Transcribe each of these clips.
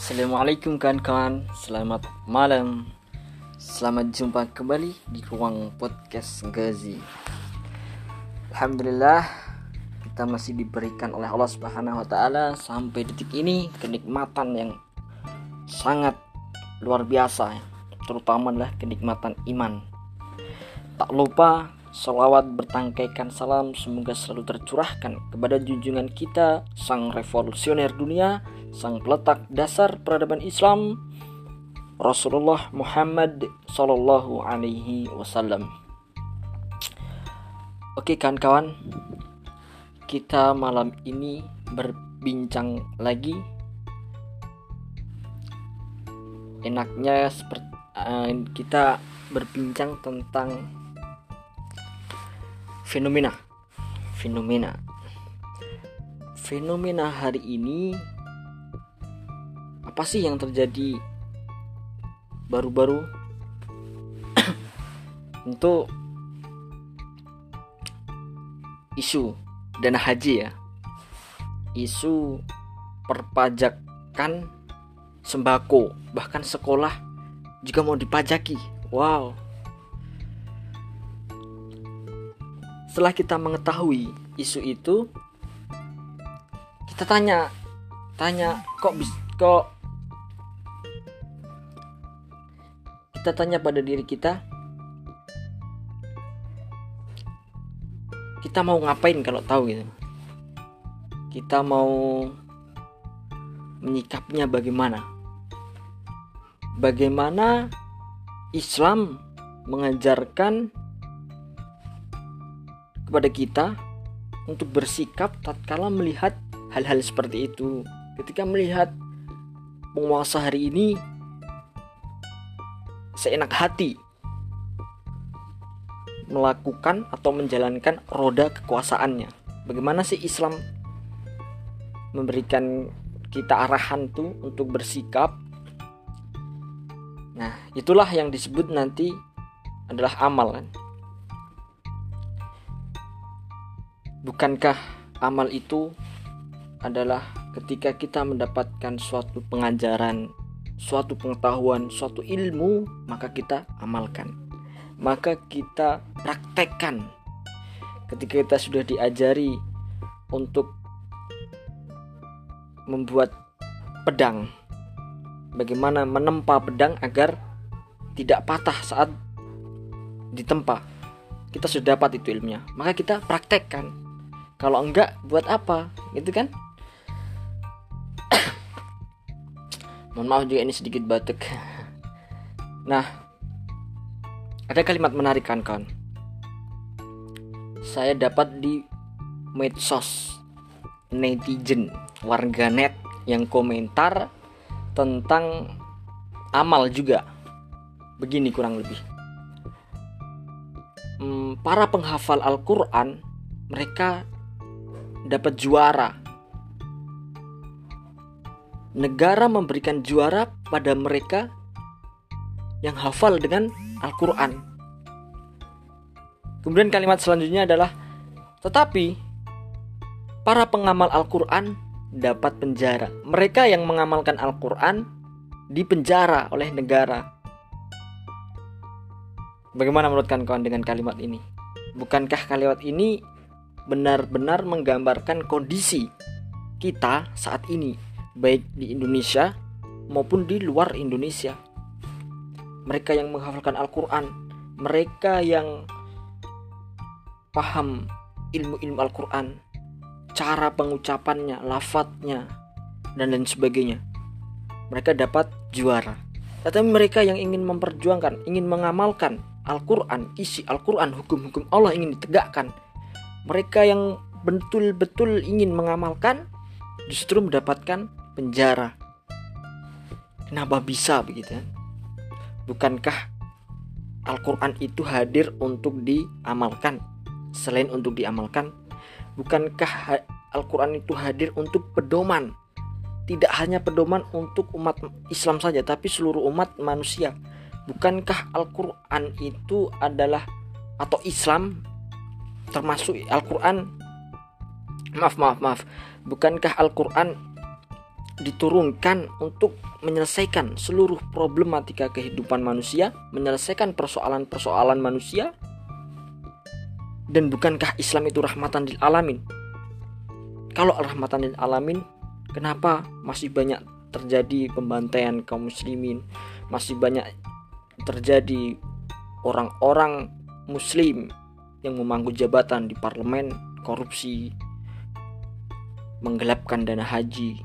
Assalamualaikum kawan-kawan, selamat malam. Selamat jumpa kembali di ruang podcast Gazi. Alhamdulillah, kita masih diberikan oleh Allah Subhanahu wa taala sampai detik ini kenikmatan yang sangat luar biasa, terutama adalah kenikmatan iman. Tak lupa salawat bertangkaikan salam semoga selalu tercurahkan kepada junjungan kita, sang revolusioner dunia, sang peletak dasar peradaban Islam, Rasulullah Muhammad Sallallahu Alaihi Wasallam. Oke kawan-kawan, kita malam ini berbincang lagi. Enaknya seperti kita berbincang tentang fenomena hari ini. Apa sih yang terjadi baru-baru? Untuk isu dana haji ya, isu perpajakan sembako, bahkan sekolah juga mau dipajaki. Wow. Setelah kita mengetahui isu itu, kita tanya kok kita tanya pada diri kita mau ngapain kalau tahu gitu. Kita mau menyikapinya bagaimana? Bagaimana Islam mengajarkan kepada kita untuk bersikap tatkala melihat hal-hal seperti itu. Ketika melihat penguasa hari ini seenak hati melakukan atau menjalankan roda kekuasaannya, bagaimana sih Islam memberikan kita arahan tuh untuk bersikap? Nah, itulah yang disebut nanti adalah amal kan? Bukankah amal itu adalah ketika kita mendapatkan suatu pengajaran, suatu pengetahuan, suatu ilmu, maka kita amalkan, maka kita praktekkan. Ketika kita sudah diajari untuk membuat pedang, bagaimana menempa pedang agar tidak patah saat ditempa, kita sudah dapat itu ilmunya, maka kita praktekkan. Kalau enggak, buat apa? Gitu kan? Mohon maaf juga ini sedikit batuk. Nah, ada kalimat menarik kan? Saya dapat di medsos netizen, warganet yang komentar tentang amal juga. Begini kurang lebih. Para penghafal Al-Quran, mereka dapat juara. Negara memberikan juara pada mereka yang hafal dengan Al-Quran. Kemudian kalimat selanjutnya adalah, tetapi para pengamal Al-Quran dapat penjara. Mereka yang mengamalkan Al-Quran dipenjara oleh negara. Bagaimana menurut kawan dengan kalimat ini? Bukankah kalimat ini benar-benar menggambarkan kondisi kita saat ini, baik di Indonesia maupun di luar Indonesia? Mereka yang menghafalkan Al-Quran, mereka yang paham ilmu-ilmu Al-Quran, cara pengucapannya, lafadznya, dan lain sebagainya, mereka dapat juara. Tetapi mereka yang ingin memperjuangkan, ingin mengamalkan Al-Quran, isi Al-Quran, hukum-hukum Allah ingin ditegakkan, mereka yang betul-betul ingin mengamalkan, justru mendapatkan penjara. Kenapa bisa begitu? Bukankah Al-Quran itu hadir untuk diamalkan? Selain untuk diamalkan, bukankah Al-Quran itu hadir untuk pedoman? Tidak hanya pedoman untuk umat Islam saja, tapi seluruh umat manusia. Bukankah Al-Quran itu adalah, atau Islam termasuk Al-Quran, maaf, bukankah Al-Quran diturunkan untuk menyelesaikan seluruh problematika kehidupan manusia, menyelesaikan persoalan-persoalan manusia. Dan bukankah Islam itu rahmatan lil alamin? Kalau rahmatan lil alamin, kenapa masih banyak terjadi pembantaian kaum muslimin? Masih banyak terjadi orang-orang muslim yang memangku jabatan di parlemen, korupsi, menggelapkan dana haji,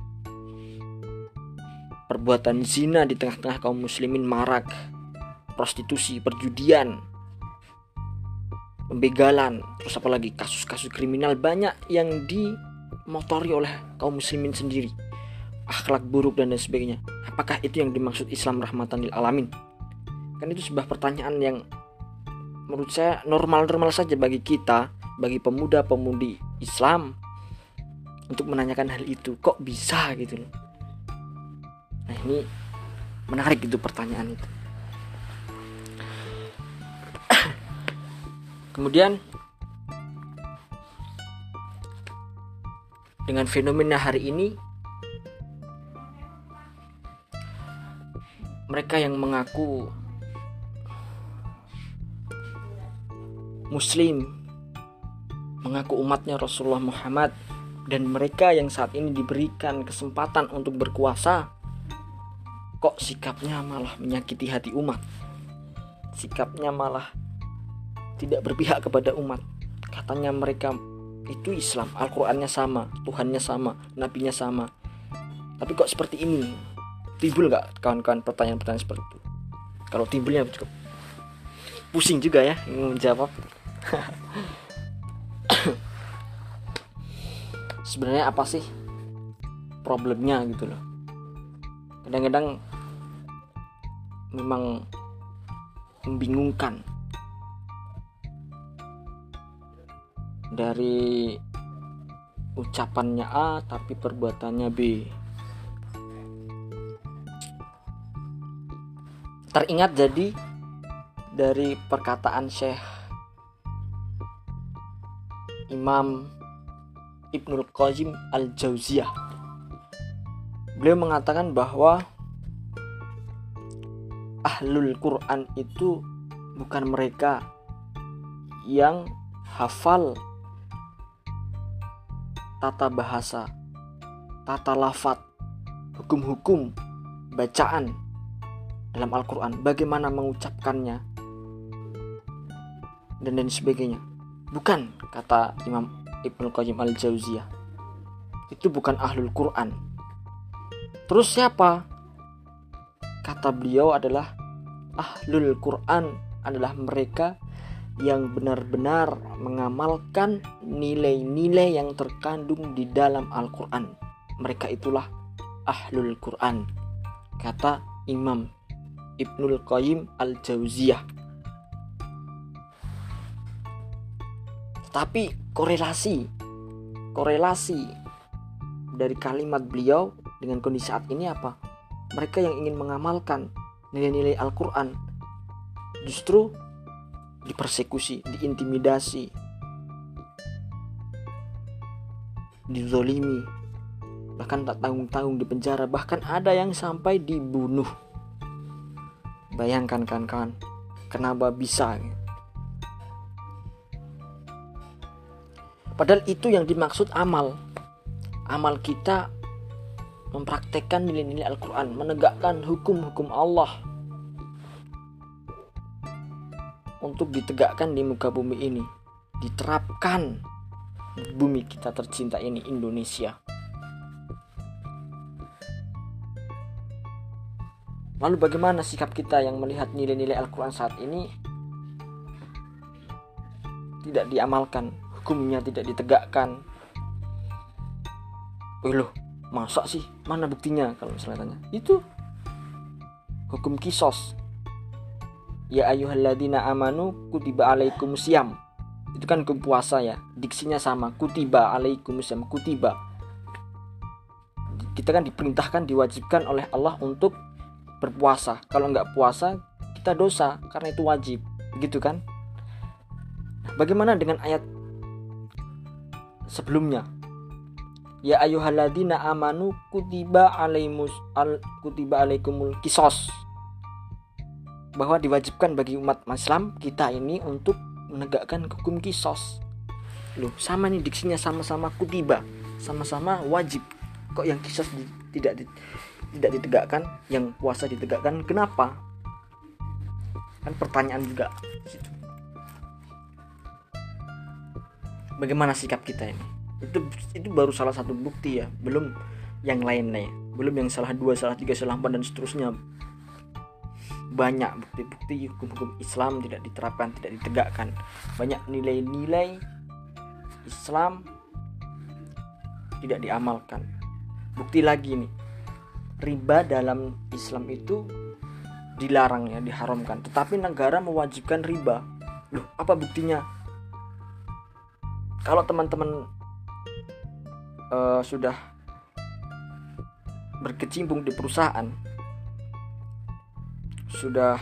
perbuatan zina di tengah-tengah kaum muslimin marak, prostitusi, perjudian, pembegalan, terus apalagi kasus-kasus kriminal banyak yang dimotori oleh kaum muslimin sendiri, akhlak buruk dan lain sebagainya. Apakah itu yang dimaksud Islam rahmatan lil alamin? Kan itu sebuah pertanyaan yang menurut saya normal-normal saja bagi kita, bagi pemuda-pemudi Islam untuk menanyakan hal itu. Kok bisa gitu loh. Nah, ini menarik itu pertanyaan itu. Kemudian dengan fenomena hari ini, mereka yang mengaku Muslim, mengaku umatnya Rasulullah Muhammad, dan mereka yang saat ini diberikan kesempatan untuk berkuasa, kok sikapnya malah menyakiti hati umat, sikapnya malah tidak berpihak kepada umat. Katanya mereka itu Islam, Al-Qur'annya sama, Tuhannya sama, Nabinya sama. Tapi kok seperti ini? Timbul gak kawan-kawan pertanyaan-pertanyaan seperti itu? Kalau timbulnya cukup pusing juga ya menjawab. Sebenarnya apa sih problemnya gitu loh? Kadang-kadang memang membingungkan. Dari ucapannya A tapi perbuatannya B. Teringat jadi dari perkataan Syekh Imam Ibnul Qayyim Al-Jauziyah. Beliau mengatakan bahwa Ahlul Quran itu bukan mereka yang hafal tata bahasa, tata lafaz, hukum-hukum bacaan dalam Al-Quran, bagaimana mengucapkannya dan lain sebagainya. Bukan, kata Imam Ibnul Qayyim Al-Jauziyah, itu bukan Ahlul Quran. Terus siapa? Kata beliau adalah Ahlul Quran adalah mereka yang benar-benar mengamalkan nilai-nilai yang terkandung di dalam Al-Quran. Mereka itulah Ahlul Quran, kata Imam Ibnul Qayyim Al-Jauziyah. Tapi korelasi dari kalimat beliau dengan kondisi saat ini apa? Mereka yang ingin mengamalkan nilai-nilai Al-Quran justru dipersekusi, diintimidasi, dizolimi, bahkan tak tanggung-tanggung di penjara, bahkan ada yang sampai dibunuh. Bayangkan kan, kenapa bisa? Padahal itu yang dimaksud amal. Amal kita mempraktekkan nilai-nilai Al-Quran, menegakkan hukum-hukum Allah untuk ditegakkan di muka bumi ini, diterapkan di bumi kita tercinta ini, Indonesia. Lalu bagaimana sikap kita yang melihat nilai-nilai Al-Quran saat ini tidak diamalkan, hukumnya tidak ditegakkan? Loh, masa sih? Mana buktinya? Kalau misalnya tanya, itu hukum kisos. Ya ayyuhalladzina amanu kutiba alaikumusiyam. Itu kan hukum puasa ya. Diksinya sama, kutiba alaikumusiyam, kutiba. Kita kan diperintahkan, diwajibkan oleh Allah untuk berpuasa. Kalau enggak puasa, kita dosa karena itu wajib. Begitu kan? Bagaimana dengan ayat sebelumnya? Ya ayyuhalladzina amanu kutiba alaikumul qisos, bahwa diwajibkan bagi umat Islam kita ini untuk menegakkan hukum qisos. Loh, sama nih diksinya, sama-sama kutiba, sama-sama wajib. Kok yang qisos tidak ditegakkan, yang puasa ditegakkan? Kenapa? Kan pertanyaan juga di situ. Bagaimana sikap kita ini? Itu baru salah satu bukti ya, belum yang lainnya, belum yang salah 2, salah 3, salah 4 dan seterusnya. Banyak bukti-bukti hukum-hukum Islam tidak diterapkan, tidak ditegakkan. Banyak nilai-nilai Islam tidak diamalkan. Bukti lagi nih, riba dalam Islam itu dilarang ya, diharamkan, tetapi negara mewajibkan riba. Loh, apa buktinya? Kalau teman-teman sudah berkecimpung di perusahaan, sudah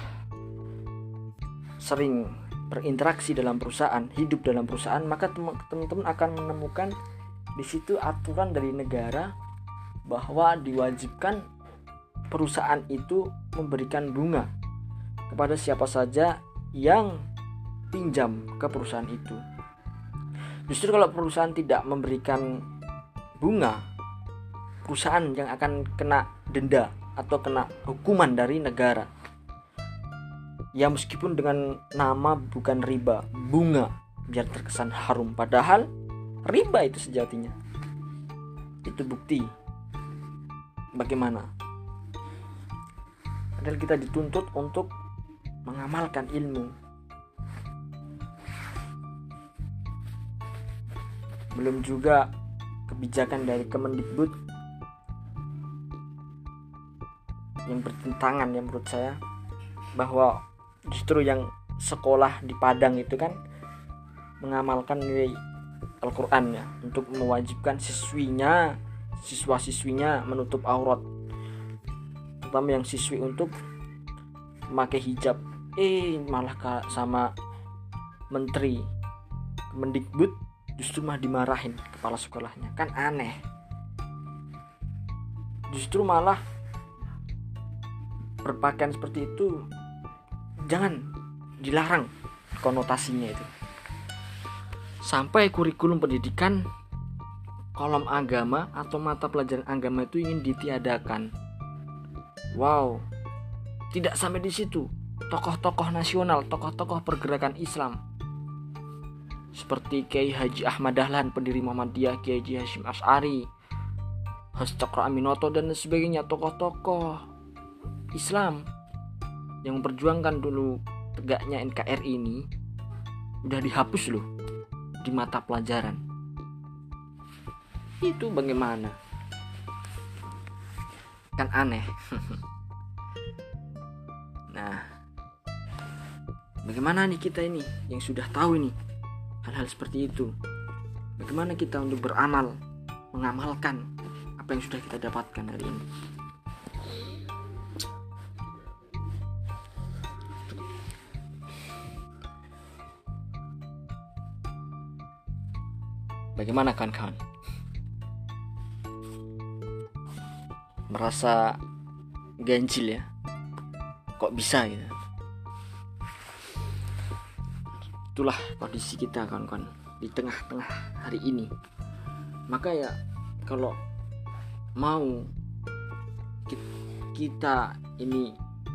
sering berinteraksi dalam perusahaan, hidup dalam perusahaan, maka teman-teman akan menemukan di situ aturan dari negara bahwa diwajibkan perusahaan itu memberikan bunga kepada siapa saja yang pinjam ke perusahaan itu. Justru kalau perusahaan tidak memberikan bunga, perusahaan yang akan kena denda atau kena hukuman dari negara. Ya meskipun dengan nama bukan riba, bunga, biar terkesan harum, padahal riba itu sejatinya. Itu bukti bagaimana. Padahal kita dituntut untuk mengamalkan ilmu. Belum juga kebijakan dari Kemendikbud yang bertentangan ya menurut saya, bahwa justru yang sekolah di Padang itu kan mengamalkan nilai Al-Quran ya, untuk mewajibkan siswa-siswinya menutup aurat, terutama yang siswi untuk memakai hijab. Malah sama menteri Kemendikbud justru mah dimarahin kepala sekolahnya. Kan aneh. Justru malah berpakaian seperti itu jangan, dilarang konotasinya itu. Sampai kurikulum pendidikan kolom agama atau mata pelajaran agama itu ingin ditiadakan. Wow, tidak sampai di situ. Tokoh-tokoh nasional, tokoh-tokoh pergerakan Islam seperti Kiai Haji Ahmad Dahlan, pendiri Muhammadiyah, Kiai Haji Hashim Asy'ari, Cokro Aminoto dan sebagainya, tokoh-tokoh Islam yang memperjuangkan dulu tegaknya NKRI ini udah dihapus loh di mata pelajaran. Itu bagaimana? Kan aneh. Nah, bagaimana nih kita ini yang sudah tahu ini hal-hal seperti itu? Bagaimana kita untuk beramal, mengamalkan apa yang sudah kita dapatkan hari ini? Bagaimana kawan-kawan? Merasa ganjil ya? Kok bisa gitu? Itulah kondisi kita kawan-kawan di tengah-tengah hari ini. Maka ya kalau mau kita ini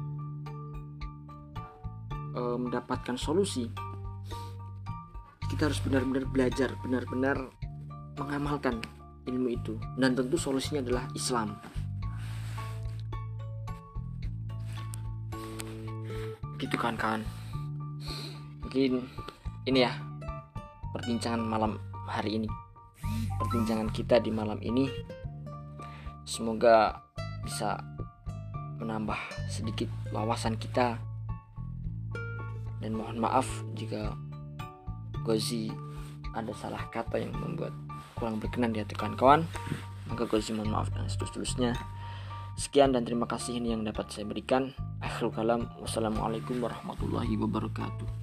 mendapatkan solusi, kita harus benar-benar belajar, benar-benar mengamalkan ilmu itu. Dan tentu solusinya adalah Islam. Gitu kawan-kawan. Mungkin ini ya perbincangan malam hari ini, perbincangan kita di malam ini. Semoga bisa menambah sedikit wawasan kita, dan mohon maaf jika Gozi ada salah kata yang membuat kurang berkenan di hati kawan-kawan. Maka Gozi mohon maaf dan setulus-tulusnya. Sekian dan terima kasih ini yang dapat saya berikan. Akhirul kalam, wassalamualaikum warahmatullahi wabarakatuh.